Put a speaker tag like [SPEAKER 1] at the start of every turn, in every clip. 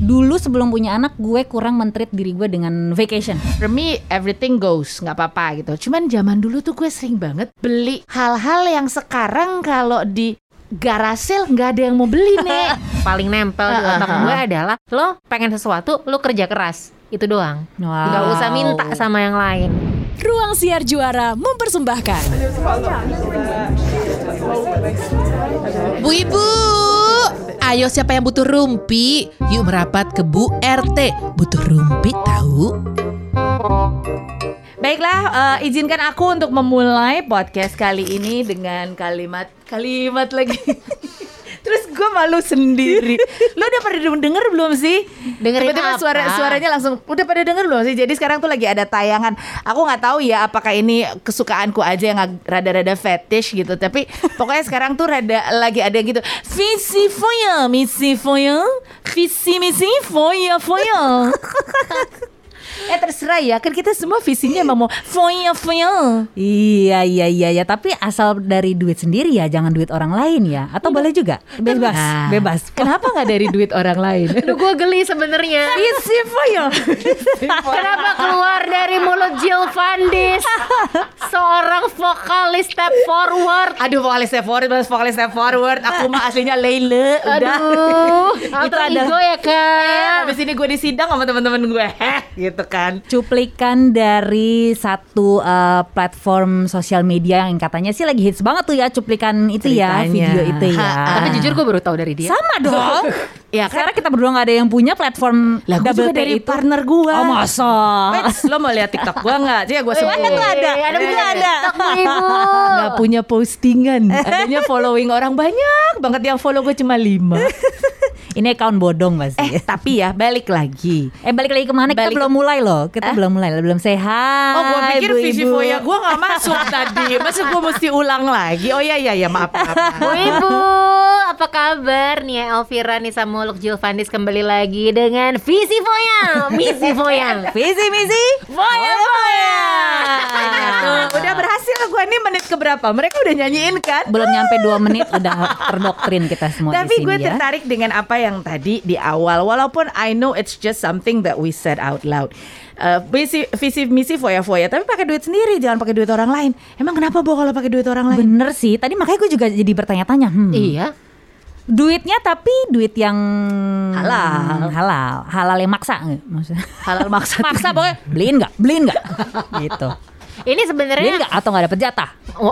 [SPEAKER 1] Dulu sebelum punya anak, gue kurang men-treat diri gue dengan vacation.
[SPEAKER 2] For me, everything goes, nggak apa-apa gitu. Cuman zaman dulu tuh gue sering banget beli hal-hal yang sekarang kalau di garage nggak ada yang mau beli nih.
[SPEAKER 3] Paling nempel di otak gue adalah lo pengen sesuatu, lo kerja keras. Itu doang.
[SPEAKER 1] Wow.
[SPEAKER 3] Gak usah minta sama yang lain.
[SPEAKER 4] Ruang Siar Juara mempersembahkan
[SPEAKER 5] Bu Ibu, ayo siapa yang butuh rumpi? Yuk merapat ke Bu RT. Butuh rumpi tahu?
[SPEAKER 2] Baiklah, izinkan aku untuk memulai podcast kali ini dengan kalimat lagi. Terus gue malu sendiri. Lo udah pada denger belum sih?
[SPEAKER 3] Dengerin
[SPEAKER 2] Tiba-tiba
[SPEAKER 3] apa?
[SPEAKER 2] suaranya langsung udah pada denger belum sih? Jadi sekarang tuh lagi ada tayangan. Aku nggak tahu ya apakah ini kesukaanku aja yang rada-rada fetish gitu. Tapi pokoknya sekarang tuh lagi ada gitu. Visi foya, misi foya, visi misi foya foya. Terserah ya, kan kita semua visinya emang mau foya.
[SPEAKER 1] Iya. Tapi asal dari duit sendiri ya, jangan duit orang lain ya. Atau boleh juga? Bebas.
[SPEAKER 2] Kenapa nggak dari duit orang lain?
[SPEAKER 3] Aduh, gue geli sebenarnya.
[SPEAKER 2] Visi foya.
[SPEAKER 3] Kenapa keluar dari mulut Jill Vandis, seorang vokalis step forward?
[SPEAKER 2] Aduh, vokalis step forward. Aku mah aslinya Leila. Udah.
[SPEAKER 3] Aduh,
[SPEAKER 2] Itu
[SPEAKER 3] alter
[SPEAKER 2] adalah-
[SPEAKER 3] ego ya kan.
[SPEAKER 2] Habis ini gue disidang sama teman-teman gue, gitu kan.
[SPEAKER 1] Cuplikan dari satu platform sosial media yang katanya sih lagi hits banget tuh ya, cuplikan itu ya,
[SPEAKER 2] Ceritanya.
[SPEAKER 1] video itu ya.
[SPEAKER 3] Tapi jujur gue baru tahu dari dia.
[SPEAKER 1] Sama dong.
[SPEAKER 2] Ya kan?
[SPEAKER 1] Karena kita berdua gak ada yang punya platform
[SPEAKER 2] Lah, gue
[SPEAKER 1] double
[SPEAKER 2] juga
[SPEAKER 1] T
[SPEAKER 2] dari
[SPEAKER 1] itu.
[SPEAKER 2] partner gue.
[SPEAKER 1] Oh masa?
[SPEAKER 2] Wait, lo mau lihat TikTok gue nggak? Jadi gue sebut.
[SPEAKER 1] tuh ada.
[SPEAKER 3] Ada punya
[SPEAKER 1] Ada.
[SPEAKER 3] Ibu.
[SPEAKER 2] Nggak punya postingan. Adanya following orang banyak banget, yang follow gue cuma 5.
[SPEAKER 1] Ini account bodong pasti.
[SPEAKER 2] Tapi ya balik lagi.
[SPEAKER 1] Balik lagi kemana? Kita
[SPEAKER 2] Balik
[SPEAKER 1] belum mulai loh. Kita belum mulai, belum sehat.
[SPEAKER 2] Oh, gue pikir visi foya gue nggak masuk tadi. Masa gue mesti ulang lagi? Oh iya, maaf.
[SPEAKER 3] Bu Ibu, apa kabar nih ya? Elvira nih sama Muluk Jill Vandis kembali lagi dengan Visi Foya, Misi Foya,
[SPEAKER 1] Visi misi.
[SPEAKER 2] Foya. Udah berhasil gue nih, menit keberapa? Mereka udah nyanyiin kan?
[SPEAKER 1] Belum nyampe 2 menit udah terdoktrin kita semua
[SPEAKER 2] Tapi
[SPEAKER 1] di sini
[SPEAKER 2] gue
[SPEAKER 1] ya.
[SPEAKER 2] tertarik dengan apa yang tadi di awal. Walaupun I know it's just something that we said out loud. Visi misi foya. Tapi pakai duit sendiri, jangan pakai duit orang lain. Emang kenapa kalau pakai duit orang lain?
[SPEAKER 1] Bener sih. Tadi makanya gue juga jadi bertanya-tanya.
[SPEAKER 3] Iya.
[SPEAKER 1] Duitnya tapi duit yang
[SPEAKER 2] Halal.
[SPEAKER 1] halal yang maksa nggak? Maksudnya
[SPEAKER 2] Halal maksa.
[SPEAKER 1] maksa pokoknya beliin nggak gitu.
[SPEAKER 3] Ini
[SPEAKER 1] Beliin
[SPEAKER 3] sebenarnya
[SPEAKER 1] nggak atau nggak dapet jatah?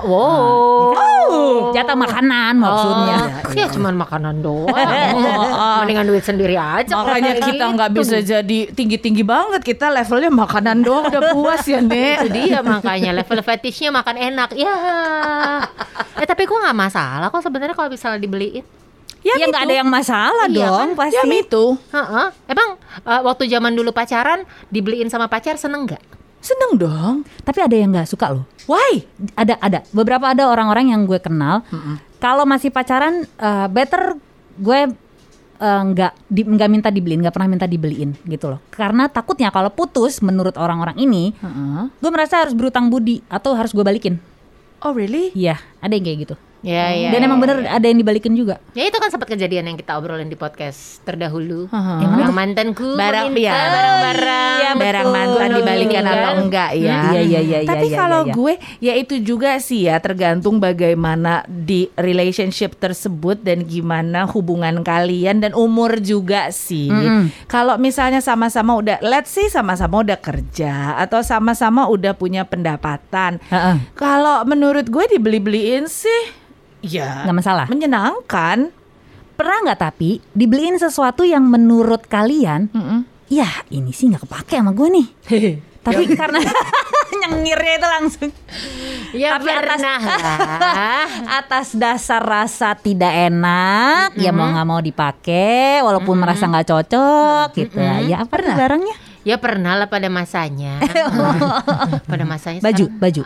[SPEAKER 3] wow.
[SPEAKER 1] Jatah makanan maksudnya.
[SPEAKER 3] Ya cuman makanan doang. Mendingan duit sendiri aja.
[SPEAKER 2] Makanya
[SPEAKER 3] kayak
[SPEAKER 2] kita
[SPEAKER 3] gitu.
[SPEAKER 2] nggak bisa jadi tinggi-tinggi banget. Kita levelnya makanan doang udah puas ya, Nek.
[SPEAKER 3] Itu dia makanya level fetishnya makan enak. Ya. Tapi gue nggak masalah kok sebenarnya kalau misalnya dibeliin.
[SPEAKER 1] Ya nggak ada yang masalah
[SPEAKER 3] Iya
[SPEAKER 1] dong
[SPEAKER 3] kan?
[SPEAKER 1] pasti.
[SPEAKER 2] Ya itu.
[SPEAKER 3] Emang waktu zaman dulu pacaran dibeliin sama pacar seneng nggak?
[SPEAKER 2] Seneng dong.
[SPEAKER 1] Tapi ada yang nggak suka loh.
[SPEAKER 2] Why?
[SPEAKER 1] Ada beberapa ada orang-orang yang gue kenal. Kalau masih pacaran, better gue nggak minta dibeliin, nggak pernah minta dibeliin gitu loh. Karena takutnya kalau putus, menurut orang-orang ini, gue merasa harus berutang budi atau harus gue balikin.
[SPEAKER 2] Oh really?
[SPEAKER 1] Iya, ada yang kayak gitu.
[SPEAKER 3] Ya,
[SPEAKER 1] Dan emang bener ada yang dibalikin juga.
[SPEAKER 3] Ya itu kan sempat kejadian yang kita obrolin di podcast terdahulu.
[SPEAKER 1] Yang mana
[SPEAKER 3] Yang
[SPEAKER 1] tuh?
[SPEAKER 3] mantanku
[SPEAKER 2] Barang
[SPEAKER 3] meminta
[SPEAKER 2] ya.
[SPEAKER 3] barang-barang.
[SPEAKER 2] Iya, barang mantan dibalikan atau enggak ya.
[SPEAKER 1] Iya.
[SPEAKER 2] Tapi kalau gue ya itu juga sih ya, tergantung bagaimana di relationship tersebut dan gimana hubungan kalian dan umur juga sih. Kalau misalnya sama-sama udah, let's say sama-sama udah kerja atau sama-sama udah punya pendapatan. Kalau menurut gue dibeli-beliin sih ya
[SPEAKER 1] nggak masalah.
[SPEAKER 2] menyenangkan.
[SPEAKER 1] Pernah nggak tapi dibeliin sesuatu yang menurut kalian, ya ini sih nggak kepake sama gue nih. Tapi karena nyengirnya itu langsung.
[SPEAKER 3] Ya
[SPEAKER 1] Tapi
[SPEAKER 3] pernah lah.
[SPEAKER 1] atas dasar rasa tidak enak, ya mau nggak mau dipakai, walaupun merasa nggak cocok gitu. Ya apa tuh barangnya?
[SPEAKER 3] Ya pernah lah pada masanya. Pada masanya.
[SPEAKER 1] Baju.
[SPEAKER 3] sekarang-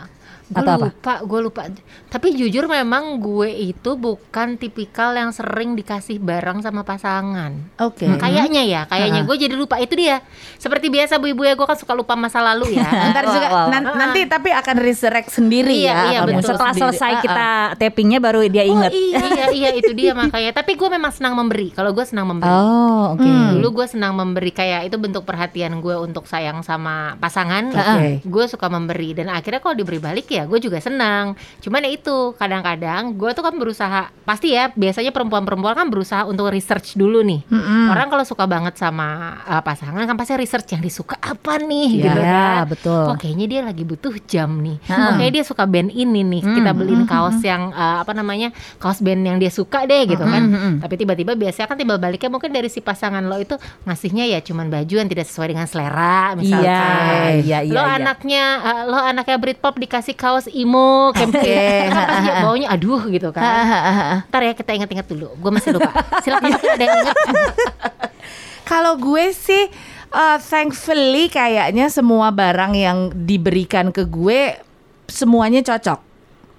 [SPEAKER 3] Gue lupa. Tapi jujur memang gue itu bukan tipikal yang sering dikasih barang sama pasangan.
[SPEAKER 2] Oke.
[SPEAKER 3] Kayaknya gue jadi lupa. Itu dia. Seperti biasa bu ibu ya, gue kan suka lupa masa lalu ya.
[SPEAKER 2] Ntar juga nanti tapi akan resurrect sendiri
[SPEAKER 3] Iya,
[SPEAKER 2] kamu
[SPEAKER 3] betul.
[SPEAKER 1] Setelah
[SPEAKER 2] sendiri.
[SPEAKER 1] selesai kita tappingnya baru dia inget.
[SPEAKER 3] Iya itu dia makanya. Tapi gue memang senang memberi. Kalau gue senang memberi.
[SPEAKER 1] Oh, oke.
[SPEAKER 3] Dulu gue senang memberi, kayak itu bentuk perhatian gue untuk sayang sama pasangan. Gue suka memberi, dan akhirnya kalau diberi balik ya gue juga senang. Cuman ya itu, kadang-kadang gue tuh kan berusaha, pasti ya biasanya perempuan-perempuan kan berusaha untuk research dulu nih. Orang kalau suka banget sama pasangan kan pasti research yang disuka apa nih gitu kan.
[SPEAKER 1] Betul.
[SPEAKER 3] Oh kayaknya dia lagi butuh jam nih. Oh kayaknya dia suka band ini nih. Kita beliin kaos yang kaos band yang dia suka deh gitu kan. Tapi tiba-tiba biasanya kan timbal baliknya mungkin dari si pasangan lo itu ngasihnya ya cuman baju yang tidak sesuai dengan selera misalnya.
[SPEAKER 1] Iya.
[SPEAKER 3] Lo anaknya Britpop dikasih kaos emo campaign. Pasti baunya aduh gitu kan. Ntar ya kita ingat-ingat dulu. Gue masih lupa. Silakan mungkin ada yang ingat.
[SPEAKER 2] Kalau gue sih thankfully kayaknya semua barang yang diberikan ke gue semuanya cocok.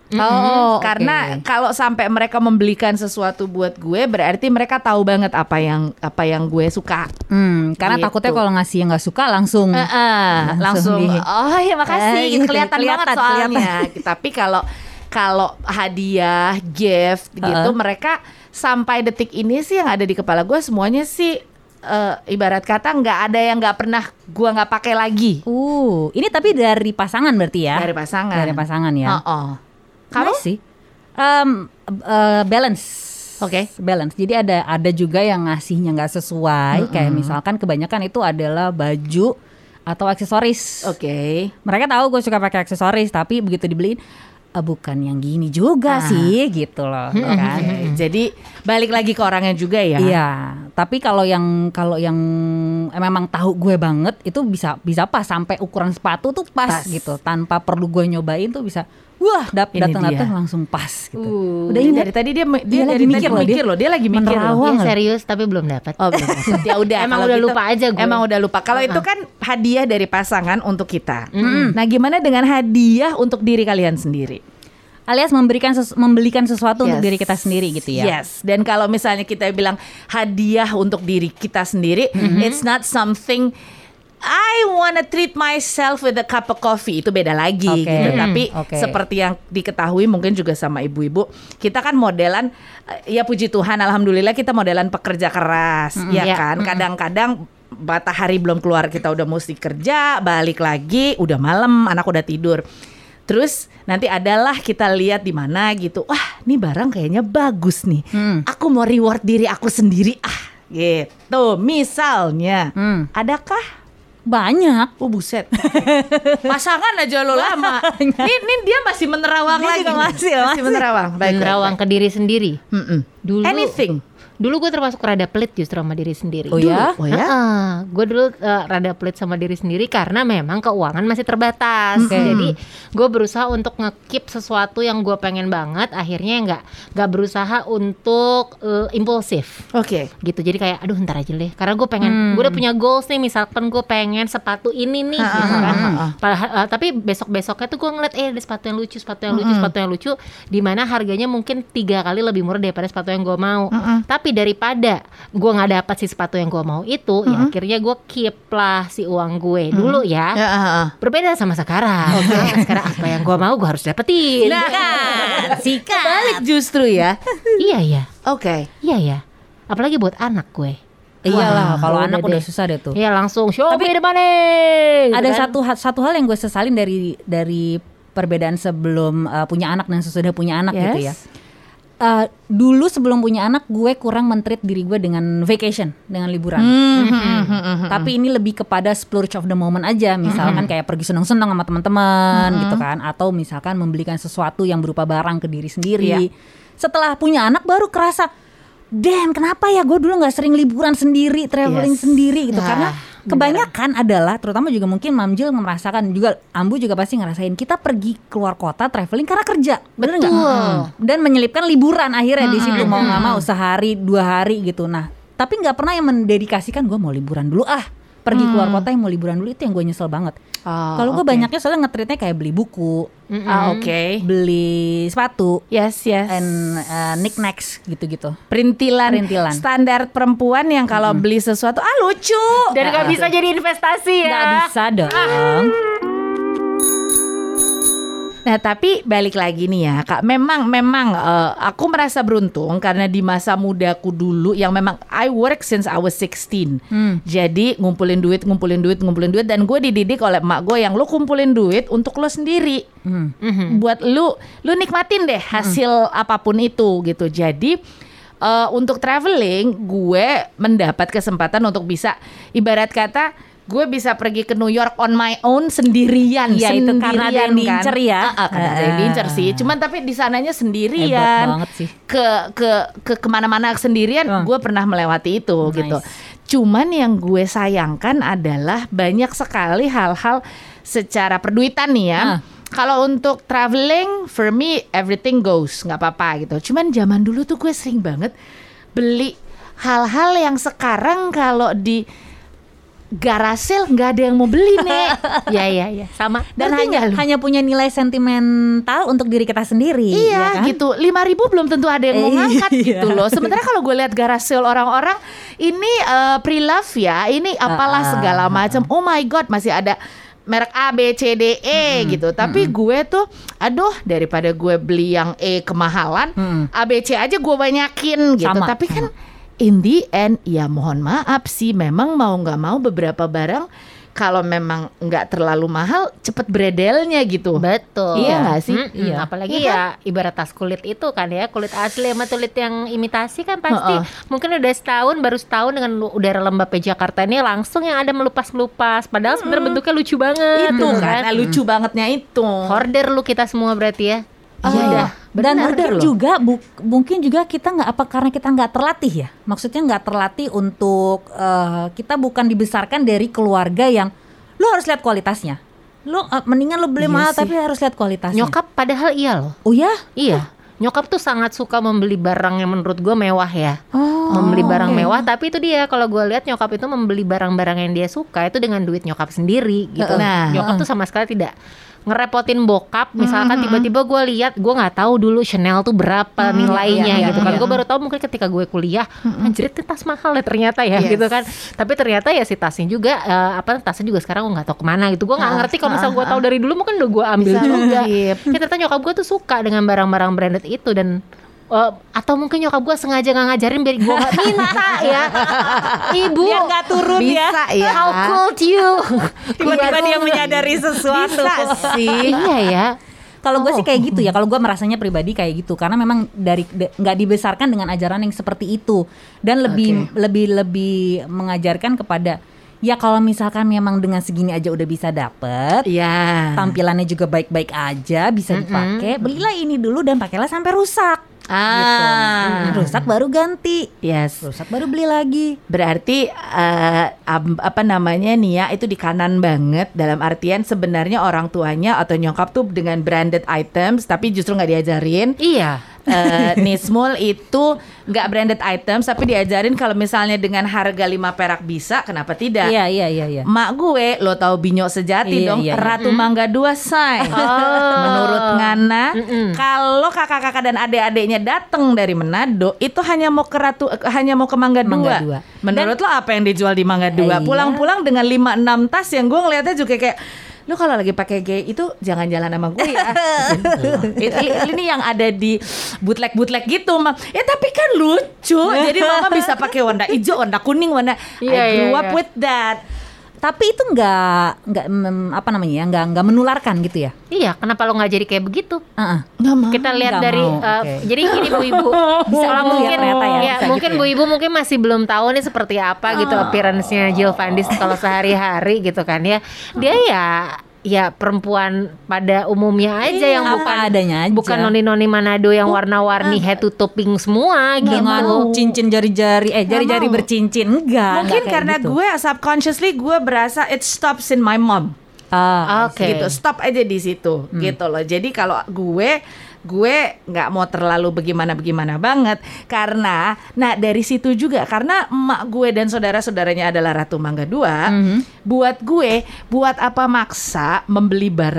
[SPEAKER 2] Karena kalau sampai mereka membelikan sesuatu buat gue, berarti mereka tahu banget apa yang gue suka.
[SPEAKER 1] Karena
[SPEAKER 2] Gitu.
[SPEAKER 1] takutnya kalau ngasih yang nggak suka langsung
[SPEAKER 2] Langsung
[SPEAKER 1] di-
[SPEAKER 2] ya makasih
[SPEAKER 1] gitu,
[SPEAKER 2] kelihatan banget
[SPEAKER 1] kelihatan.
[SPEAKER 2] soalnya. Tapi kalau hadiah gift gitu, mereka sampai detik ini sih yang ada di kepala gue semuanya sih ibarat kata nggak ada yang nggak pernah gue nggak pakai lagi.
[SPEAKER 1] Ini tapi dari pasangan berarti ya?
[SPEAKER 2] Dari pasangan.
[SPEAKER 1] Dari pasangan ya.
[SPEAKER 2] Kamu
[SPEAKER 1] Nice sih. Balance.
[SPEAKER 2] Oke.
[SPEAKER 1] Balance. Jadi ada juga yang ngasihnya nggak sesuai. Kayak misalkan kebanyakan itu adalah baju atau aksesoris.
[SPEAKER 2] Oke.
[SPEAKER 1] Mereka tahu gue suka pakai aksesoris, tapi begitu dibeliin bukan yang gini juga sih, gitu loh. Kan?
[SPEAKER 2] Jadi balik lagi ke orangnya juga ya.
[SPEAKER 1] Iya. Tapi kalau yang memang tahu gue banget itu bisa pas sampai ukuran sepatu tuh pas gitu, tanpa perlu gue nyobain tuh bisa. Wah, datang langsung pas gitu.
[SPEAKER 2] Udah ini dari tadi dia
[SPEAKER 1] lagi mikir loh,
[SPEAKER 2] dia lagi mikir
[SPEAKER 1] menerawang.
[SPEAKER 3] Ya, serius tapi belum dapat.
[SPEAKER 2] Oh, belum. Ya udah.
[SPEAKER 3] Emang
[SPEAKER 2] kalau
[SPEAKER 3] udah
[SPEAKER 2] gitu,
[SPEAKER 3] lupa aja gue.
[SPEAKER 2] Emang udah lupa. Kalau itu kan hadiah dari pasangan untuk kita. Nah, gimana dengan hadiah untuk diri kalian sendiri?
[SPEAKER 1] Alias membelikan sesuatu untuk diri kita sendiri gitu ya.
[SPEAKER 2] Yes. Dan kalau misalnya kita bilang hadiah untuk diri kita sendiri, it's not something I wanna treat myself with a cup of coffee, itu beda lagi gitu. Tapi seperti yang diketahui mungkin juga sama ibu-ibu, kita kan modelan, ya puji Tuhan, alhamdulillah kita modelan pekerja keras, ya kan. Kadang-kadang matahari belum keluar kita udah mesti kerja, balik lagi udah malam, anak udah tidur. Terus nanti adalah kita lihat di mana gitu, wah ini barang kayaknya bagus nih, aku mau reward diri aku sendiri gitu. Misalnya, adakah?
[SPEAKER 1] Banyak.
[SPEAKER 2] Oh buset. Pasangan aja lo lama. Ini dia masih menerawang
[SPEAKER 1] Dia
[SPEAKER 2] lagi.
[SPEAKER 1] juga masih
[SPEAKER 2] menerawang.
[SPEAKER 3] Menerawang ke diri sendiri. Dulu
[SPEAKER 2] Anything.
[SPEAKER 3] Dulu gue termasuk rada pelit justru sama diri sendiri.
[SPEAKER 1] Oh ya?
[SPEAKER 2] Oh ya?
[SPEAKER 3] Gue dulu rada pelit sama diri sendiri karena memang keuangan masih terbatas. Jadi gue berusaha untuk nge-keep sesuatu yang gue pengen banget. Akhirnya nggak berusaha untuk impulsif.
[SPEAKER 2] Oke.
[SPEAKER 3] Gitu. Jadi kayak aduh ntar aja deh. Karena gue pengen, gue udah punya goals nih. Misalkan gue pengen sepatu ini nih, gitu kan. Tapi besok-besoknya tuh gue ngeliat ada sepatu yang lucu, sepatu yang lucu, di mana harganya mungkin 3 kali lebih murah daripada sepatu yang gue mau. Tapi daripada gue nggak dapat si sepatu yang gue mau itu, ya akhirnya gue keep lah si uang gue dulu ya. Berbeda sama sekarang. Sekarang apa yang gue mau gue harus dapetin.
[SPEAKER 2] Nah kan, balik justru ya.
[SPEAKER 3] Iya.
[SPEAKER 2] Oke.
[SPEAKER 3] Iya. Apalagi buat anak gue.
[SPEAKER 1] Iyalah, kalau
[SPEAKER 3] udah
[SPEAKER 1] anak udah
[SPEAKER 3] deh.
[SPEAKER 1] susah deh tuh.
[SPEAKER 3] Iya langsung show me the money.
[SPEAKER 1] Ada
[SPEAKER 3] Gitu kan?
[SPEAKER 1] satu hal yang gue sesalin dari perbedaan sebelum punya anak dan sesudah punya anak gitu ya. Dulu sebelum punya anak gue kurang men-treat diri gue dengan vacation, dengan liburan. Tapi ini lebih kepada splurge of the moment aja. Misalkan kayak pergi seneng-seneng sama teman-teman gitu kan, atau misalkan membelikan sesuatu yang berupa barang ke diri sendiri. Setelah punya anak baru kerasa, damn kenapa ya gue dulu nggak sering liburan sendiri, traveling sendiri gitu. Karena kebanyakan adalah, terutama juga mungkin Mamjil merasakan juga, Ambu juga pasti ngerasain, kita pergi keluar kota traveling karena kerja, bener nggak? Dan menyelipkan liburan akhirnya di situ, mau nggak mau sehari 2 hari gitu. Nah, tapi nggak pernah yang mendedikasikan gue mau liburan dulu pergi keluar kota yang mau liburan dulu, itu yang gue nyesel banget. Kalau gue banyaknya soalnya nge-treatnya kayak beli buku,
[SPEAKER 2] Oke.
[SPEAKER 1] beli sepatu,
[SPEAKER 2] Yes.
[SPEAKER 1] and knickknacks gitu-gitu.
[SPEAKER 2] Perintilan standar perempuan yang kalau beli sesuatu lucu
[SPEAKER 3] Dan gak bisa jadi investasi ya.
[SPEAKER 1] Nggak bisa dong.
[SPEAKER 2] Nah tapi balik lagi nih ya Kak, memang aku merasa beruntung karena di masa mudaku dulu yang memang I work since I was 16. Jadi ngumpulin duit dan gue dididik oleh emak gue yang lo kumpulin duit untuk lo sendiri. Buat lu nikmatin deh hasil apapun itu gitu. Jadi untuk traveling gue mendapat kesempatan untuk bisa ibarat kata gue bisa pergi ke New York on my own sendirian.
[SPEAKER 1] Ya itu karena ada yang
[SPEAKER 2] kan.
[SPEAKER 1] diincer ya.
[SPEAKER 2] Karena ada yang diincer sih. Cuman tapi di sananya sendirian.
[SPEAKER 1] Hebat banget sih.
[SPEAKER 2] Ke kemana-mana sendirian. Gue pernah melewati itu gitu. Cuman yang gue sayangkan adalah banyak sekali hal-hal secara perduitan nih ya. Kalau untuk traveling, for me everything goes, nggak apa-apa gitu. Cuman zaman dulu tuh gue sering banget beli hal-hal yang sekarang kalau di garasel nggak ada yang mau beli nih.
[SPEAKER 3] Ya, sama.
[SPEAKER 1] Dan hanya punya nilai sentimental untuk diri kita sendiri.
[SPEAKER 2] Iya
[SPEAKER 1] ya kan?
[SPEAKER 2] gitu. 5.000 belum tentu ada yang mau ngangkat gitu loh. Sementara kalau gue lihat garasel orang-orang ini pre-love ya, ini apalah segala macam. Oh my god, masih ada merek A, B, C, D, E gitu. Tapi gue tuh daripada gue beli yang E kemahalan, A, B, C aja gue banyakin gitu. Tapi kan in the end ya mohon maaf sih, memang mau nggak mau beberapa barang kalau memang nggak terlalu mahal cepet beredelnya gitu.
[SPEAKER 3] Betul.
[SPEAKER 2] Iya nggak sih?
[SPEAKER 3] Iya. Apalagi ya ibarat tas kulit itu kan ya, kulit asli sama kulit yang imitasi kan pasti mungkin udah baru setahun dengan udara lembab Jakarta ini langsung yang ada melupas-melupas. Padahal sebenarnya bentuknya lucu banget.
[SPEAKER 2] Itu kan lucu bangetnya itu.
[SPEAKER 3] Hoarder lu kita semua berarti ya.
[SPEAKER 1] Iya. Dan mungkin juga kita karena kita nggak terlatih ya. Maksudnya nggak terlatih untuk kita bukan dibesarkan dari keluarga yang lo harus lihat kualitasnya. Lo mendingan lo beli mahal tapi harus lihat kualitasnya.
[SPEAKER 3] Nyokap padahal iya loh.
[SPEAKER 1] Oh ya?
[SPEAKER 3] Iya. Nyokap tuh sangat suka membeli barang yang menurut gue mewah ya. Membeli barang mewah, tapi itu dia kalau gue lihat nyokap itu membeli barang-barang yang dia suka itu dengan duit nyokap sendiri gitu. Nyokap tuh sama sekali tidak ngerepotin bokap. Misalkan tiba-tiba gue lihat, gue nggak tahu dulu Chanel tuh berapa nilainya gitu kan. Gue baru tahu mungkin ketika gue kuliah, anjir itu tas mahal ya ternyata ya gitu kan. Tapi ternyata ya si tasnya juga tasnya juga sekarang gue nggak tahu kemana gitu. Gue nggak ngerti kalau misalnya gue tahu dari dulu mungkin udah gue ambil juga. Ya ternyata nyokap gue tuh suka dengan barang-barang branded itu. Dan atau mungkin nyokap gue sengaja nggak ngajarin biar gue nggak minta ya. Ibu
[SPEAKER 1] biar nggak turun
[SPEAKER 2] bisa ya.
[SPEAKER 3] How could you?
[SPEAKER 1] Tiba-tiba dia menyadari sesuatu.
[SPEAKER 2] Bisa sih.
[SPEAKER 3] Iya ya.
[SPEAKER 1] Kalau gue sih kayak gitu ya. Kalau gue merasanya pribadi kayak gitu karena memang nggak dibesarkan dengan ajaran yang seperti itu dan lebih mengajarkan kepada ya kalau misalkan memang dengan segini aja udah bisa dapet, tampilannya juga baik-baik aja bisa dipakai, belilah ini dulu dan pakailah sampai rusak. Gitu. Rusak baru ganti. Rusak baru beli lagi.
[SPEAKER 2] Berarti nih ya, itu di kanan banget dalam artian sebenarnya orang tuanya atau nyokap tuh dengan branded items tapi justru nggak diajarin.
[SPEAKER 3] Iya.
[SPEAKER 2] Nismul itu nggak branded items tapi diajarin kalau misalnya dengan harga 5 perak bisa, kenapa tidak?
[SPEAKER 1] Iya.
[SPEAKER 2] Mak gue lo tahu binyo sejati dong. Ratu Mangga 2 say. Menurut Ngana kalau kakak-kakak dan adik-adiknya datang dari Manado itu hanya mau ke Mangga 2. Menurut lo apa yang dijual di Mangga 2? Pulang-pulang dengan 5-6 tas yang gue ngeliatnya juga kayak lu kalau lagi pakai gay itu jangan jalan sama gue ya. Ini yang ada di bootleg gitu, Mam. Ya tapi kan lucu. Jadi mama bisa pakai warna hijau, warna kuning, warna I grew up with that.
[SPEAKER 1] Tapi itu nggak menularkan gitu ya?
[SPEAKER 3] Iya, kenapa lo nggak jadi kayak begitu? Kita lihat
[SPEAKER 1] Nggak
[SPEAKER 3] dari jadi gini Bu Ibu.
[SPEAKER 1] Bisa
[SPEAKER 3] mungkin
[SPEAKER 1] ya,
[SPEAKER 3] mungkin Bu Ibu mungkin masih belum tahu nih seperti apa gitu appearance-nya Jill Van Dis kalau sehari-hari gitu kan ya. Dia ya perempuan pada umumnya aja yang bukan noni-noni Manado yang warna-warni head to topping semua gitu.
[SPEAKER 1] Dengan cincin jari-jari jari-jari bercincin.
[SPEAKER 2] Mungkin karena
[SPEAKER 1] gitu.
[SPEAKER 2] gue subconsciously gue berasa it stops in my mom. Gitu, stop aja di situ gitu loh. Jadi kalau gue nggak mau terlalu bagaimana banget karena dari situ juga karena emak gue dan saudara-saudaranya adalah Ratu Mangga 2. Buat gue buat apa maksa membeli barang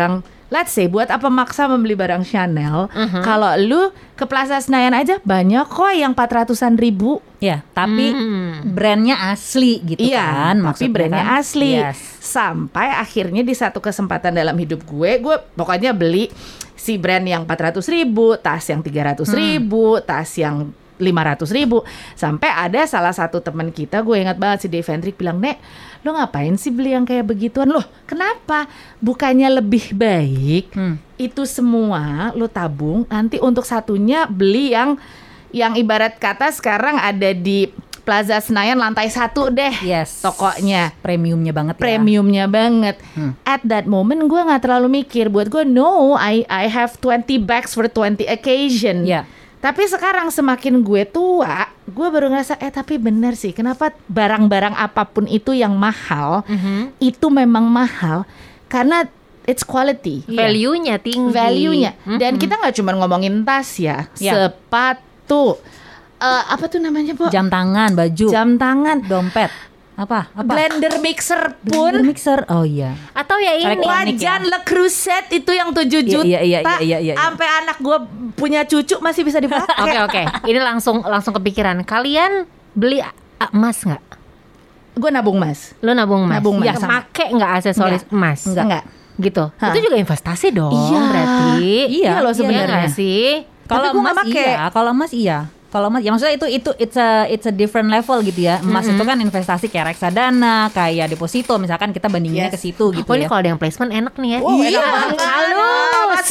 [SPEAKER 2] let's say buat apa maksa membeli barang Chanel kalau lu ke Plaza Senayan aja banyak kok yang 400-an ribu.
[SPEAKER 1] Ya, tapi brandnya asli gitu
[SPEAKER 2] Iya,
[SPEAKER 1] kan.
[SPEAKER 2] tapi
[SPEAKER 1] maksudnya
[SPEAKER 2] brandnya
[SPEAKER 1] kan.
[SPEAKER 2] asli.
[SPEAKER 1] Yes.
[SPEAKER 2] Sampai akhirnya di satu kesempatan dalam hidup gue pokoknya beli si brand yang 400 ribu, tas yang 300 ribu, tas yang 500 ribu. Sampai ada salah satu teman kita, gue ingat banget si Dave Hendrik bilang, "Nek, lo ngapain sih beli yang kayak begituan?" Loh, kenapa? Bukannya lebih baik itu semua lo tabung, nanti untuk satunya beli yang ibarat kata sekarang ada di Plaza Senayan lantai 1 deh.
[SPEAKER 1] Yes.
[SPEAKER 2] Tokonya.
[SPEAKER 1] Premiumnya banget ya.
[SPEAKER 2] Premiumnya banget. At that moment gue gak terlalu mikir. Buat gue no, I have 20 bags for 20 occasion.
[SPEAKER 1] Ya.
[SPEAKER 2] Tapi sekarang semakin gue tua, gue baru ngerasa tapi bener sih, kenapa barang-barang apapun itu yang mahal, itu memang mahal karena it's quality.
[SPEAKER 3] Value-nya tinggi.
[SPEAKER 2] Value-nya. Dan kita nggak cuma ngomongin tas ya, sepatu, apa tuh namanya, Bo?
[SPEAKER 1] Jam tangan, baju,
[SPEAKER 2] Jam tangan,
[SPEAKER 1] dompet, apa?
[SPEAKER 2] blender mixer pun.
[SPEAKER 1] Blender mixer. Oh iya.
[SPEAKER 3] Atau ya ini
[SPEAKER 2] Wajan Le Creuset itu yang 7 juta.
[SPEAKER 1] Iya.
[SPEAKER 2] Sampai anak gue punya cucu masih bisa dipakai.
[SPEAKER 3] Oke. Ini langsung kepikiran. Kalian beli emas nggak?
[SPEAKER 2] Gue nabung mas.
[SPEAKER 3] Lo nabung emas?
[SPEAKER 2] Nabung emas.
[SPEAKER 3] Ya, make nggak aksesoris emas?
[SPEAKER 2] Enggak.
[SPEAKER 3] Gitu.
[SPEAKER 2] Hah.
[SPEAKER 3] Itu juga investasi dong.
[SPEAKER 2] Iya.
[SPEAKER 3] Berarti.
[SPEAKER 2] Iya loh
[SPEAKER 3] Iya
[SPEAKER 2] sebenarnya.
[SPEAKER 3] nggak sih?
[SPEAKER 1] Kalau
[SPEAKER 2] Tapi gua
[SPEAKER 1] emas
[SPEAKER 2] nggak pakai.
[SPEAKER 1] iya, kalau emas iya. Kalau emas ya maksudnya itu it's a different level gitu ya. Emas itu kan investasi kayak reksadana, kayak deposito misalkan kita bandinginnya ke situ gitu
[SPEAKER 3] Oh ini
[SPEAKER 1] ya.
[SPEAKER 3] kalau ada yang placement enak nih ya.
[SPEAKER 2] Enak banget.
[SPEAKER 3] Halus.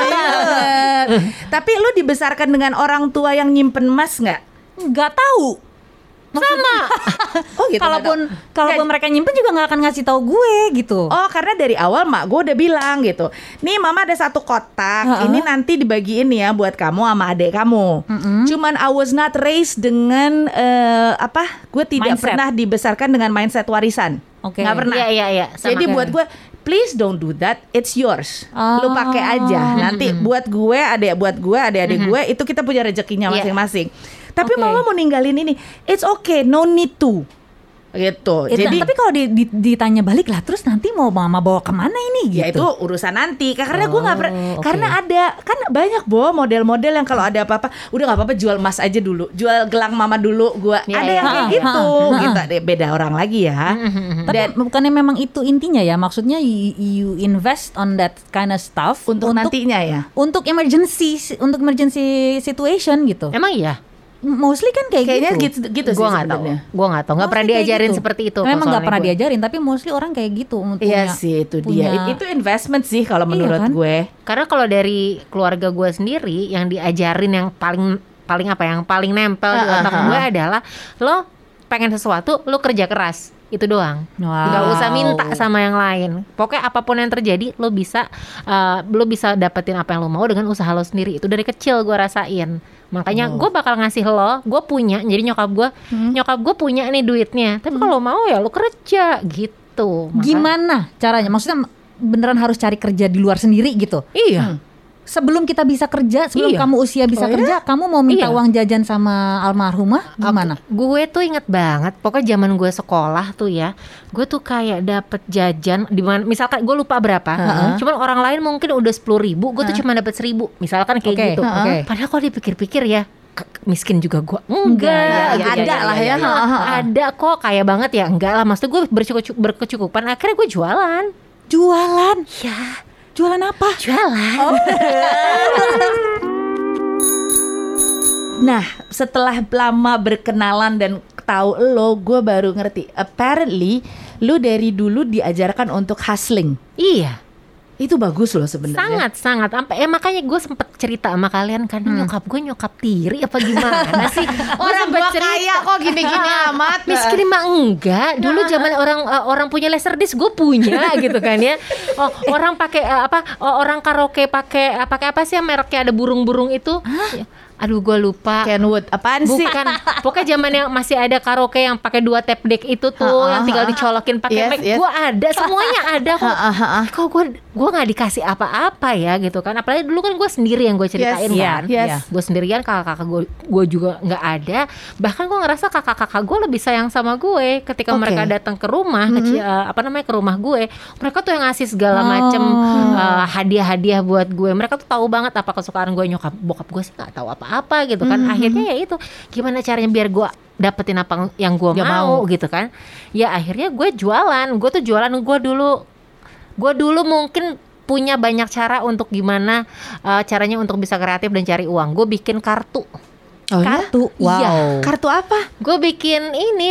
[SPEAKER 2] Tapi lu dibesarkan dengan orang tua yang nyimpen emas nggak?
[SPEAKER 1] Nggak tahu.
[SPEAKER 3] Sama.
[SPEAKER 2] Oh gitu.
[SPEAKER 1] Kalaupun
[SPEAKER 2] nggak tahu.
[SPEAKER 1] mereka nyimpen juga nggak akan ngasih tahu gue gitu.
[SPEAKER 2] Oh karena dari awal mak gue udah bilang gitu. Nih mama ada satu kotak. Ini nanti dibagiin ya buat kamu sama adik kamu. Cuman I was not raised dengan gue tidak
[SPEAKER 1] Mindset.
[SPEAKER 2] pernah dibesarkan dengan mindset warisan.
[SPEAKER 1] Oke.
[SPEAKER 2] Nggak pernah.
[SPEAKER 3] Iya. Sama.
[SPEAKER 2] Jadi buat gue, please don't do that. It's yours. Lu
[SPEAKER 1] Oh.
[SPEAKER 2] pakai aja. Nanti buat gue, adik-adik gue, itu kita punya rezekinya
[SPEAKER 3] Iya.
[SPEAKER 2] masing-masing. Tapi
[SPEAKER 1] Oke.
[SPEAKER 2] mama mau ninggalin ini. It's okay, no need to. Gitu. Jadi
[SPEAKER 1] tapi kalau ditanya balik lah, terus nanti mau mama bawa kemana ini gitu?
[SPEAKER 2] ya itu urusan nanti. Karena gue nggak pernah.
[SPEAKER 1] oke.
[SPEAKER 2] Karena ada kan banyak model-model yang kalau ada apa-apa, udah nggak apa-apa jual emas aja dulu, jual gelang mama dulu. Gue
[SPEAKER 3] Iya,
[SPEAKER 2] ada
[SPEAKER 3] iya.
[SPEAKER 2] yang kayak gitu. Gitu. Beda orang lagi ya.
[SPEAKER 1] Tapi bukannya memang itu intinya ya? Maksudnya you invest on that kind of stuff
[SPEAKER 2] Untuk nantinya ya.
[SPEAKER 1] untuk emergency situation gitu.
[SPEAKER 3] Emang iya?
[SPEAKER 1] Mostly kan kayak
[SPEAKER 2] Kayaknya
[SPEAKER 1] gitu.
[SPEAKER 2] gitu sih
[SPEAKER 3] Gue nggak tahu.
[SPEAKER 2] sebenarnya.
[SPEAKER 3] Gue nggak tahu. Nggak pernah
[SPEAKER 1] Mostly kayak
[SPEAKER 3] diajarin
[SPEAKER 1] gitu.
[SPEAKER 3] seperti itu.
[SPEAKER 1] Memang nggak
[SPEAKER 3] soalnya
[SPEAKER 1] pernah
[SPEAKER 3] gue.
[SPEAKER 1] diajarin, tapi mostly orang kayak gitu.
[SPEAKER 2] Iya sih itu dia. Itu investment sih kalau menurut
[SPEAKER 1] kan?
[SPEAKER 2] gue.
[SPEAKER 3] Karena kalau dari keluarga gue sendiri yang diajarin yang paling apa yang paling nempel di otak gue adalah lo pengen sesuatu lo kerja keras. Itu doang.
[SPEAKER 1] Wow.
[SPEAKER 3] Nggak usah minta sama yang lain. Pokoknya apapun yang terjadi lo bisa dapetin apa yang lo mau dengan usaha lo sendiri. Itu dari kecil gue rasain. Makanya gue bakal ngasih lo, gue punya. Jadi nyokap gue punya nih duitnya. Tapi kalau mau ya lo kerja gitu.
[SPEAKER 1] Gimana caranya? Maksudnya beneran harus cari kerja di luar sendiri gitu?
[SPEAKER 3] Iya.
[SPEAKER 1] Sebelum kita bisa kerja, sebelum
[SPEAKER 3] Iya.
[SPEAKER 1] kamu usia bisa kerja, kamu mau minta
[SPEAKER 3] Iya.
[SPEAKER 1] uang jajan sama almarhumah gimana?
[SPEAKER 3] Gue tuh inget banget, pokoknya zaman gue sekolah tuh ya, gue tuh kayak dapet jajan di mana, misalkan gue lupa berapa, cuman orang lain mungkin udah 10.000, gue tuh cuma dapet 1.000, misalkan kayak
[SPEAKER 1] Oke,
[SPEAKER 3] gitu.
[SPEAKER 1] oke.
[SPEAKER 3] Padahal kalau dipikir-pikir ya, miskin juga gue enggak,
[SPEAKER 2] Iya, ada lah ya.
[SPEAKER 3] Ada kok kaya banget ya, enggak lah, maksudnya gue berkecukupan, akhirnya gue jualan.
[SPEAKER 1] Jualan?
[SPEAKER 3] Ya,
[SPEAKER 1] Jualan apa?
[SPEAKER 3] jualan.
[SPEAKER 2] Nah, setelah lama berkenalan dan tahu lo, gue baru ngerti. Apparently, lu dari dulu diajarkan untuk hustling.
[SPEAKER 3] Iya.
[SPEAKER 2] Itu bagus loh sebenarnya.
[SPEAKER 3] Sangat sampai makanya gue sempet cerita sama kalian kan nyokap gue nyokap tiri apa gimana sih
[SPEAKER 2] Orang gua kaya kok gini-gini amat.
[SPEAKER 3] miskin mah enggak dulu zaman orang punya laserdisc gue punya gitu kan ya orang pakai orang karaoke pakai apa sih yang mereknya ada burung-burung itu aduh gue lupa
[SPEAKER 2] Kenwood, apaan sih?
[SPEAKER 3] bukan pokoknya zaman yang masih ada karaoke yang pakai 2 tape deck itu tuh yang tinggal dicolokin pakai
[SPEAKER 2] Yes,
[SPEAKER 3] mic
[SPEAKER 2] yes.
[SPEAKER 3] gue ada semuanya ada kok kok gue gue nggak dikasih apa-apa ya gitu kan. Apalagi dulu kan gue sendiri yang gue ceritain kan. Gue sendirian, kakak-kakak gue juga nggak ada. Bahkan gue ngerasa kakak-kakak gue lebih sayang sama gue ketika mereka datang ke rumah, ke rumah gue. Mereka tuh yang ngasih segala macem hadiah-hadiah buat gue. Mereka tuh tahu banget apa kesukaan gue. Nyokap bokap gue sih nggak tahu apa-apa gitu kan. Akhirnya ya itu, gimana caranya biar gue dapetin apa yang gue mau gitu kan. Ya akhirnya gue jualan. Gue dulu mungkin punya banyak cara untuk gimana caranya untuk bisa kreatif dan cari uang. Gue bikin kartu.
[SPEAKER 1] Kartu? Wow.
[SPEAKER 2] Iya. Kartu apa?
[SPEAKER 3] Gue bikin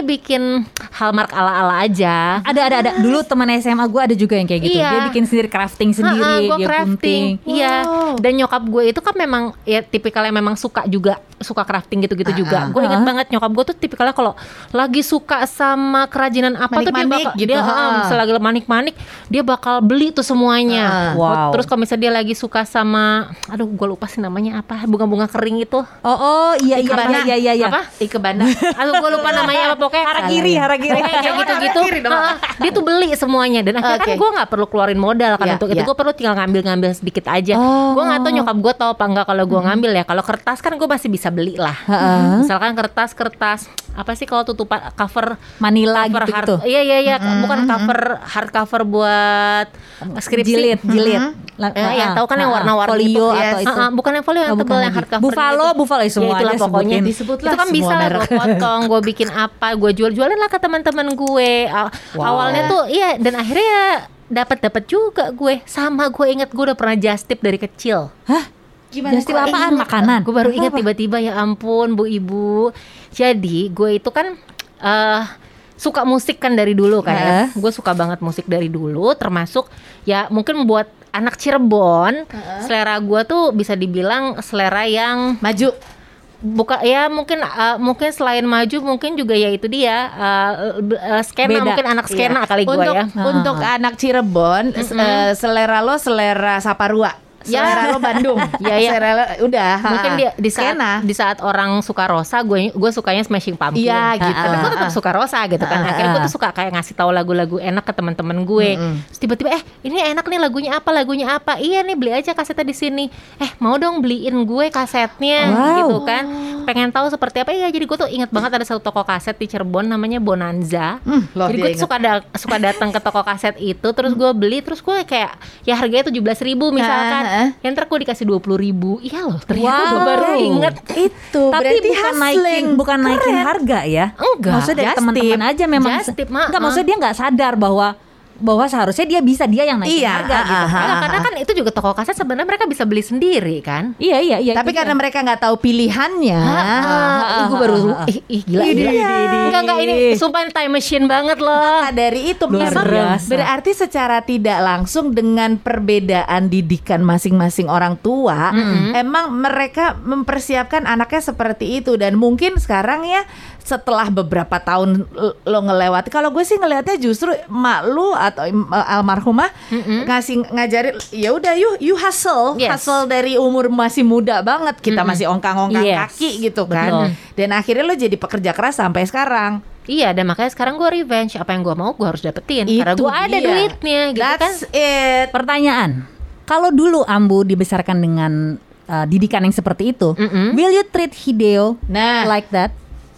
[SPEAKER 3] Hallmark ala-ala aja.
[SPEAKER 1] Ada. Dulu teman SMA gue ada juga yang kayak gitu. Dia bikin sendiri, crafting sendiri,
[SPEAKER 3] gue
[SPEAKER 1] dia
[SPEAKER 3] crafting.
[SPEAKER 1] gunting.
[SPEAKER 3] Iya. Dan nyokap gue itu kan memang ya tipikalnya memang suka crafting gitu-gitu juga. Gue inget banget nyokap gue tuh tipikalnya kalau lagi suka sama kerajinan apa
[SPEAKER 2] manik-manik
[SPEAKER 3] tuh dia selagi manik-manik dia bakal beli tuh semuanya.
[SPEAKER 1] Wow.
[SPEAKER 3] Terus kalau misalnya dia lagi suka sama, aduh gue lupa sih namanya apa, bunga-bunga kering itu.
[SPEAKER 1] Iya.
[SPEAKER 3] Apa?
[SPEAKER 2] Ikebana.
[SPEAKER 3] Aduh gue lupa namanya apa, pokoknya
[SPEAKER 1] Harakiri.
[SPEAKER 3] Kayak gitu-gitu. Dia tuh beli semuanya dan akhirnya kan gue nggak perlu keluarin modal kan untuk itu. Gue perlu tinggal ngambil sedikit aja. Gue nggak tahu nyokap gue tahu apa enggak kalau gue ngambil ya. Kalau kertas kan gue masih bisa beli lah. Misalkan kertas apa sih kalau tutupan cover
[SPEAKER 1] Manila gitu.
[SPEAKER 3] Iya. Bukan hardcover buat skripsi.
[SPEAKER 1] Jilid.
[SPEAKER 3] Yang tahu kan yang warna-warni
[SPEAKER 1] folio
[SPEAKER 3] itu.
[SPEAKER 1] atau itu.
[SPEAKER 3] Bukan yang folio, yang tebal, yang hardcover.
[SPEAKER 1] Buffalo semua
[SPEAKER 3] itulah
[SPEAKER 1] aja
[SPEAKER 3] pokoknya
[SPEAKER 1] disebutlah.
[SPEAKER 3] Itu kan bisa lah gue potong, gue bikin apa, gue jualin lah ke teman-teman gue. Awalnya tuh iya, dan akhirnya dapat juga gue. Sama gue inget gue udah pernah just tip dari kecil.
[SPEAKER 1] Hah? Gimana? Just tip apaan? Makanan?
[SPEAKER 3] Gue baru ingat tiba-tiba, ya ampun Bu Ibu. Jadi gue itu kan suka musik kan dari dulu kan ya. Gue suka banget musik dari dulu, termasuk ya mungkin buat anak Cirebon, selera gue tuh bisa dibilang selera yang
[SPEAKER 2] maju.
[SPEAKER 3] Bukan ya, mungkin selain maju mungkin juga ya itu dia skena. Beda. Mungkin anak skena kali gue ya.
[SPEAKER 2] Untuk anak Cirebon, selera lo selera Saparua. Selera lo Bandung. Selera lo udah.
[SPEAKER 3] Mungkin di saat orang suka Rosa, gue sukanya Smashing Pumpkins.
[SPEAKER 2] Iya gitu.
[SPEAKER 3] Tapi gue tetap suka Rosa gitu kan. Akhirnya gue tuh suka kayak ngasih tahu lagu-lagu enak ke teman-teman gue. Terus tiba-tiba ini enak nih lagunya apa? Iya nih, beli aja kasetnya di sini. Mau dong beliin gue kasetnya gitu kan. Pengen tahu seperti apa ya. Jadi gue tuh ingat banget ada satu toko kaset di Cirebon namanya Bonanza. Jadi gue suka datang ke toko kaset itu, terus gue beli, terus gue kayak ya harganya 17.000 misalkan. Yang ntar gue dikasih 20.000. Iya loh, ternyata gue baru inget itu.
[SPEAKER 1] Tapi bukan naikin harga ya.
[SPEAKER 3] Enggak.
[SPEAKER 1] Maksudnya dari teman-teman aja memang. Enggak, maksudnya dia nggak sadar bahwa seharusnya dia yang naikin harga gitu.
[SPEAKER 3] Karena kan itu juga toko kaset sebenarnya mereka bisa beli sendiri kan.
[SPEAKER 2] Iya. Tapi karena mereka nggak tahu pilihannya.
[SPEAKER 3] Gue baru gila. Enggak ini sumpah time machine banget loh.
[SPEAKER 2] Dari itu berarti secara tidak langsung dengan perbedaan didikan masing-masing orang tua, emang mereka mempersiapkan anaknya seperti itu. Dan mungkin sekarang ya setelah beberapa tahun lo ngelewati, kalau gue sih ngelihatnya justru mak lu atau almarhumah ngajarin ya udah you hustle dari umur masih muda banget, kita masih ongkang-ongkang kaki gitu kan. Dan akhirnya lo jadi pekerja keras sampai sekarang.
[SPEAKER 3] Iya, dan makanya sekarang gue revenge, apa yang gue mau gue harus dapetin karena gue ada duitnya gitu.
[SPEAKER 2] That's it.
[SPEAKER 1] Pertanyaan, kalau dulu Ambu dibesarkan dengan didikan yang seperti itu, will you treat Hideo like that?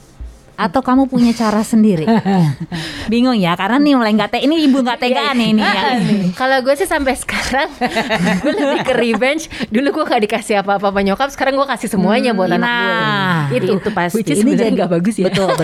[SPEAKER 1] Atau kamu punya cara sendiri? Bingung ya, karena nih mulai ini ibu nggak tegaan nih ini.
[SPEAKER 3] Kalau gue sih sampai sekarang gue lebih ke revenge. Dulu gue gak dikasih apa-apa nyokap, sekarang gue kasih semuanya buat anak gue. Itu pasti.
[SPEAKER 1] Ini jadi nggak bagus ya. Betul.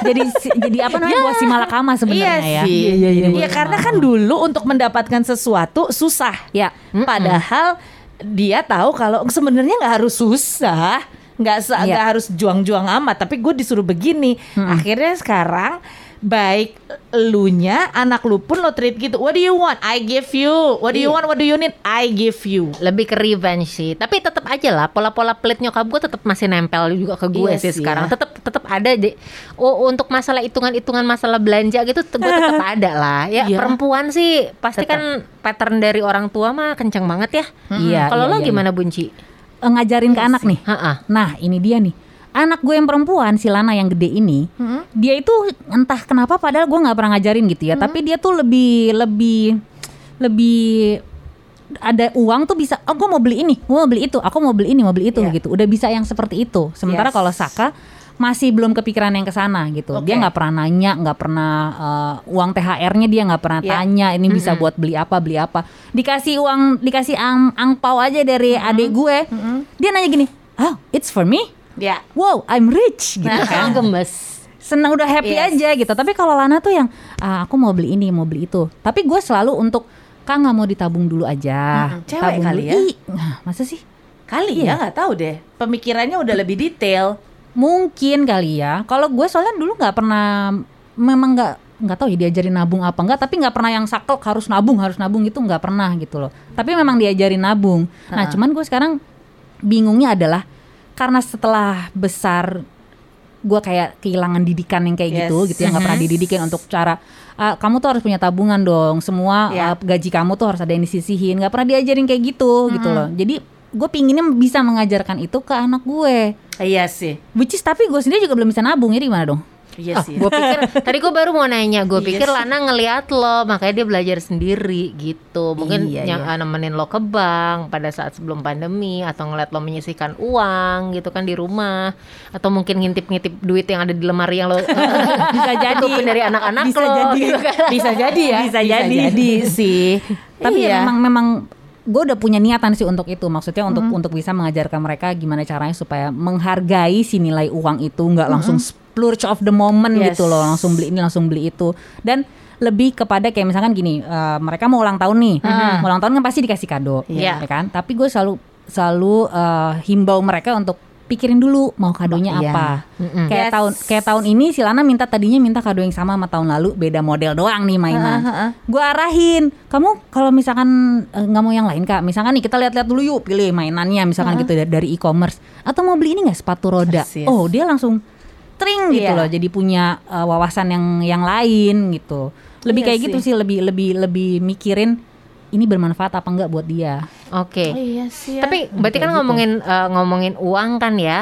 [SPEAKER 1] Jadi apa namanya, buah si malakama sebenarnya ya.
[SPEAKER 2] Iya, karena kan dulu untuk mendapatkan sesuatu susah ya. Padahal dia tahu kalau sebenarnya nggak harus susah. Nggak harus juang-juang amat, tapi gue disuruh begini. Akhirnya sekarang baik elunya, anak lu pun lo treat gitu. What do you want? I give you. What do you want? What do you need? I give you.
[SPEAKER 3] Lebih ke revenge sih. Tapi tetap aja lah, pola-pola pelit nyokap gue tetap masih nempel juga ke gue sih sekarang. Tetap ada deh. Untuk masalah hitungan masalah belanja gitu, gue tetap ada lah. Ya perempuan sih pasti kan pattern dari orang tua mah kenceng banget ya. Kalau lo gimana Bunci?
[SPEAKER 1] Ngajarin ke anak nih. Nah ini dia nih, anak gue yang perempuan, si Lana yang gede ini, dia itu entah kenapa, padahal gue nggak pernah ngajarin gitu ya, tapi dia tuh lebih ada uang tuh bisa, gue mau beli ini, gue mau beli itu, aku mau beli ini, mau beli itu gitu. Udah bisa yang seperti itu. Sementara kalau Saka masih belum kepikiran yang kesana gitu. Dia nggak pernah nanya, nggak pernah uang THR-nya dia nggak pernah tanya ini bisa buat beli apa. Dikasih uang, dikasih angpau aja dari adik gue, dia nanya gini, oh it's for me, wow I'm rich gitu kan.
[SPEAKER 3] Gemes.
[SPEAKER 1] Senang, udah happy aja gitu. Tapi kalau Lana tuh yang aku mau beli ini, mau beli itu. Tapi gue selalu untuk Kak nggak mau ditabung dulu aja.
[SPEAKER 2] Cewek
[SPEAKER 1] tabung
[SPEAKER 2] kali
[SPEAKER 1] dulu.
[SPEAKER 2] ya?
[SPEAKER 1] Masa sih?
[SPEAKER 2] Kali ya, nggak tahu deh. Pemikirannya udah lebih detail.
[SPEAKER 1] Mungkin kali ya. Kalau gue soalnya dulu nggak pernah, memang nggak tahu ya diajarin nabung apa enggak. Tapi nggak pernah yang saklek harus nabung gitu, nggak pernah gitu loh. Tapi memang diajarin nabung. Nah cuman gue sekarang bingungnya adalah karena setelah besar gue kayak kehilangan didikan yang kayak gitu yang nggak pernah dididikin untuk cara kamu tuh harus punya tabungan dong, semua gaji kamu tuh harus ada yang disisihin, nggak pernah diajarin kayak gitu gitu loh. Jadi gue pinginnya bisa mengajarkan itu ke anak gue.
[SPEAKER 2] Iya sih.
[SPEAKER 1] Which is tapi gue sendiri juga belum bisa nabung, jadi gimana dong?
[SPEAKER 2] Iya sih.
[SPEAKER 3] Gue pikir tadi gue baru mau nanya, gue pikir Lana ngeliat lo, makanya dia belajar sendiri gitu. Mungkin nemenin lo ke bank pada saat sebelum pandemi, atau ngeliat lo menyisihkan uang gitu kan di rumah, atau mungkin ngintip-ngintip duit yang ada di lemari yang lo
[SPEAKER 1] bisa jadi
[SPEAKER 3] dari anak-anak
[SPEAKER 1] bisa
[SPEAKER 3] lo.
[SPEAKER 1] Jadi
[SPEAKER 3] Gitu kan.
[SPEAKER 2] Bisa jadi ya.
[SPEAKER 1] Bisa jadi
[SPEAKER 2] sih.
[SPEAKER 1] Tapi ya memang gue udah punya niatan sih untuk itu, maksudnya untuk bisa mengajarkan mereka gimana caranya supaya menghargai si nilai uang itu, nggak langsung splurge of the moment gitu loh, langsung beli ini langsung beli itu. Dan lebih kepada kayak misalkan gini, mereka mau ulang tahun nih, mau ulang tahun kan pasti dikasih kado, ya kan? Tapi gue selalu himbau mereka untuk pikirin dulu mau kadonya apa. Kayak tahun ini si Lana tadinya minta kado yang sama tahun lalu, beda model doang nih mainan. Gue arahin, kamu kalau misalkan nggak mau yang lain Kak, misalkan nih kita lihat-lihat dulu yuk, pilih mainannya misalkan gitu dari e-commerce, atau mau beli ini nggak sepatu roda. Oh dia langsung tring gitu loh, jadi punya wawasan yang lain gitu. Lebih kayak gitu sih, lebih mikirin ini bermanfaat apa enggak buat dia.
[SPEAKER 3] Oke.
[SPEAKER 2] Iya sih.
[SPEAKER 3] Tapi berarti kan ngomongin uang kan ya.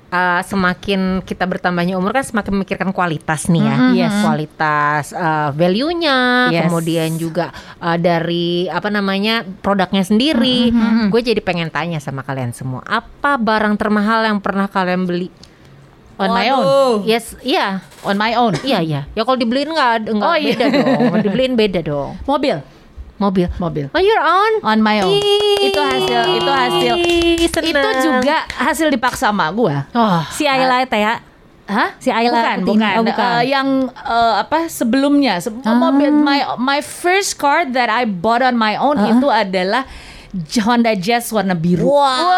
[SPEAKER 3] Semakin kita bertambahnya umur kan semakin memikirkan kualitas nih ya. Kualitas value-nya, kemudian juga dari produknya sendiri. Gue jadi pengen tanya sama kalian semua, apa barang termahal yang pernah kalian beli?
[SPEAKER 2] On my own.
[SPEAKER 3] Yes, iya.
[SPEAKER 2] On my own.
[SPEAKER 3] Iya. Ya kalau dibeliin enggak beda dong. Dibeliin beda dong.
[SPEAKER 2] Mobil.
[SPEAKER 3] Oh, you're
[SPEAKER 2] on my own. Itu hasil.
[SPEAKER 3] Seneng.
[SPEAKER 2] Itu juga hasil dipaksa sama gua.
[SPEAKER 1] Si Ayla ya.
[SPEAKER 2] Hah?
[SPEAKER 1] Si Ayla
[SPEAKER 2] bukan. Yang sebelumnya mobil, my first car that I bought on my own itu adalah Honda Jazz warna biru.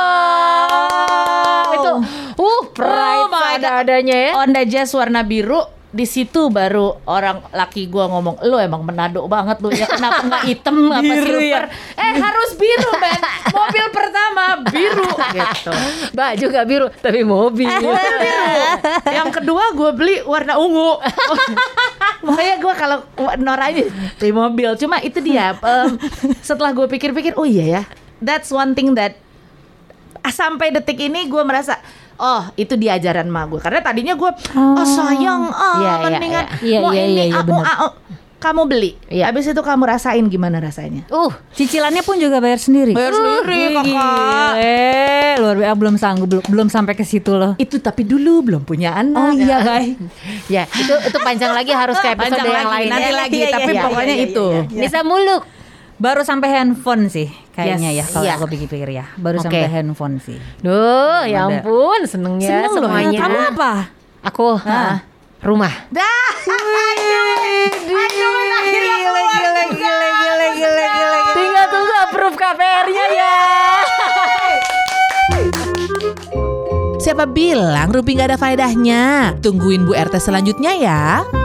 [SPEAKER 2] Itu
[SPEAKER 3] pride adanya ya.
[SPEAKER 2] Honda Jazz warna biru. Di situ baru orang laki gue ngomong, lo emang menado banget lo ya, kenapa nggak hitam apa silver? Harus biru men, mobil pertama biru gitu.
[SPEAKER 3] Mbak juga biru tapi mobil
[SPEAKER 2] biru. Yang kedua gue beli warna ungu. Makanya gue kalau Nora ini beli mobil, cuma itu dia. Setelah gue pikir-pikir, oh iya ya, that's one thing that sampai detik ini gue merasa, oh itu di ajaran emak gue. Karena tadinya gue sayang, mendingan mau ini kamu beli. Habis itu kamu rasain gimana rasanya.
[SPEAKER 1] Cicilannya pun juga bayar sendiri.
[SPEAKER 2] Kakak.
[SPEAKER 1] Luar biasa, belum sanggup, belum sampai ke situ loh.
[SPEAKER 2] Itu tapi dulu belum punya anak.
[SPEAKER 1] Oh iya baik.
[SPEAKER 3] Ya itu panjang lagi, harus kayak episode yang lain
[SPEAKER 2] nanti lagi. Tapi pokoknya itu.
[SPEAKER 3] Bisa muluk.
[SPEAKER 1] Baru sampai handphone sih kayaknya ya, kalau aku pikir-pikir ya. Baru sampai handphone sih.
[SPEAKER 3] Duh, ya ampun, senengnya
[SPEAKER 1] seneng
[SPEAKER 3] semuanya.
[SPEAKER 1] Kamu apa?
[SPEAKER 3] Aku rumah.
[SPEAKER 1] Gila.
[SPEAKER 3] Tinggal tunggu approve KPR-nya ya.
[SPEAKER 5] Siapa bilang Rumpi gak ada faedahnya? Tungguin Bu RT selanjutnya ya.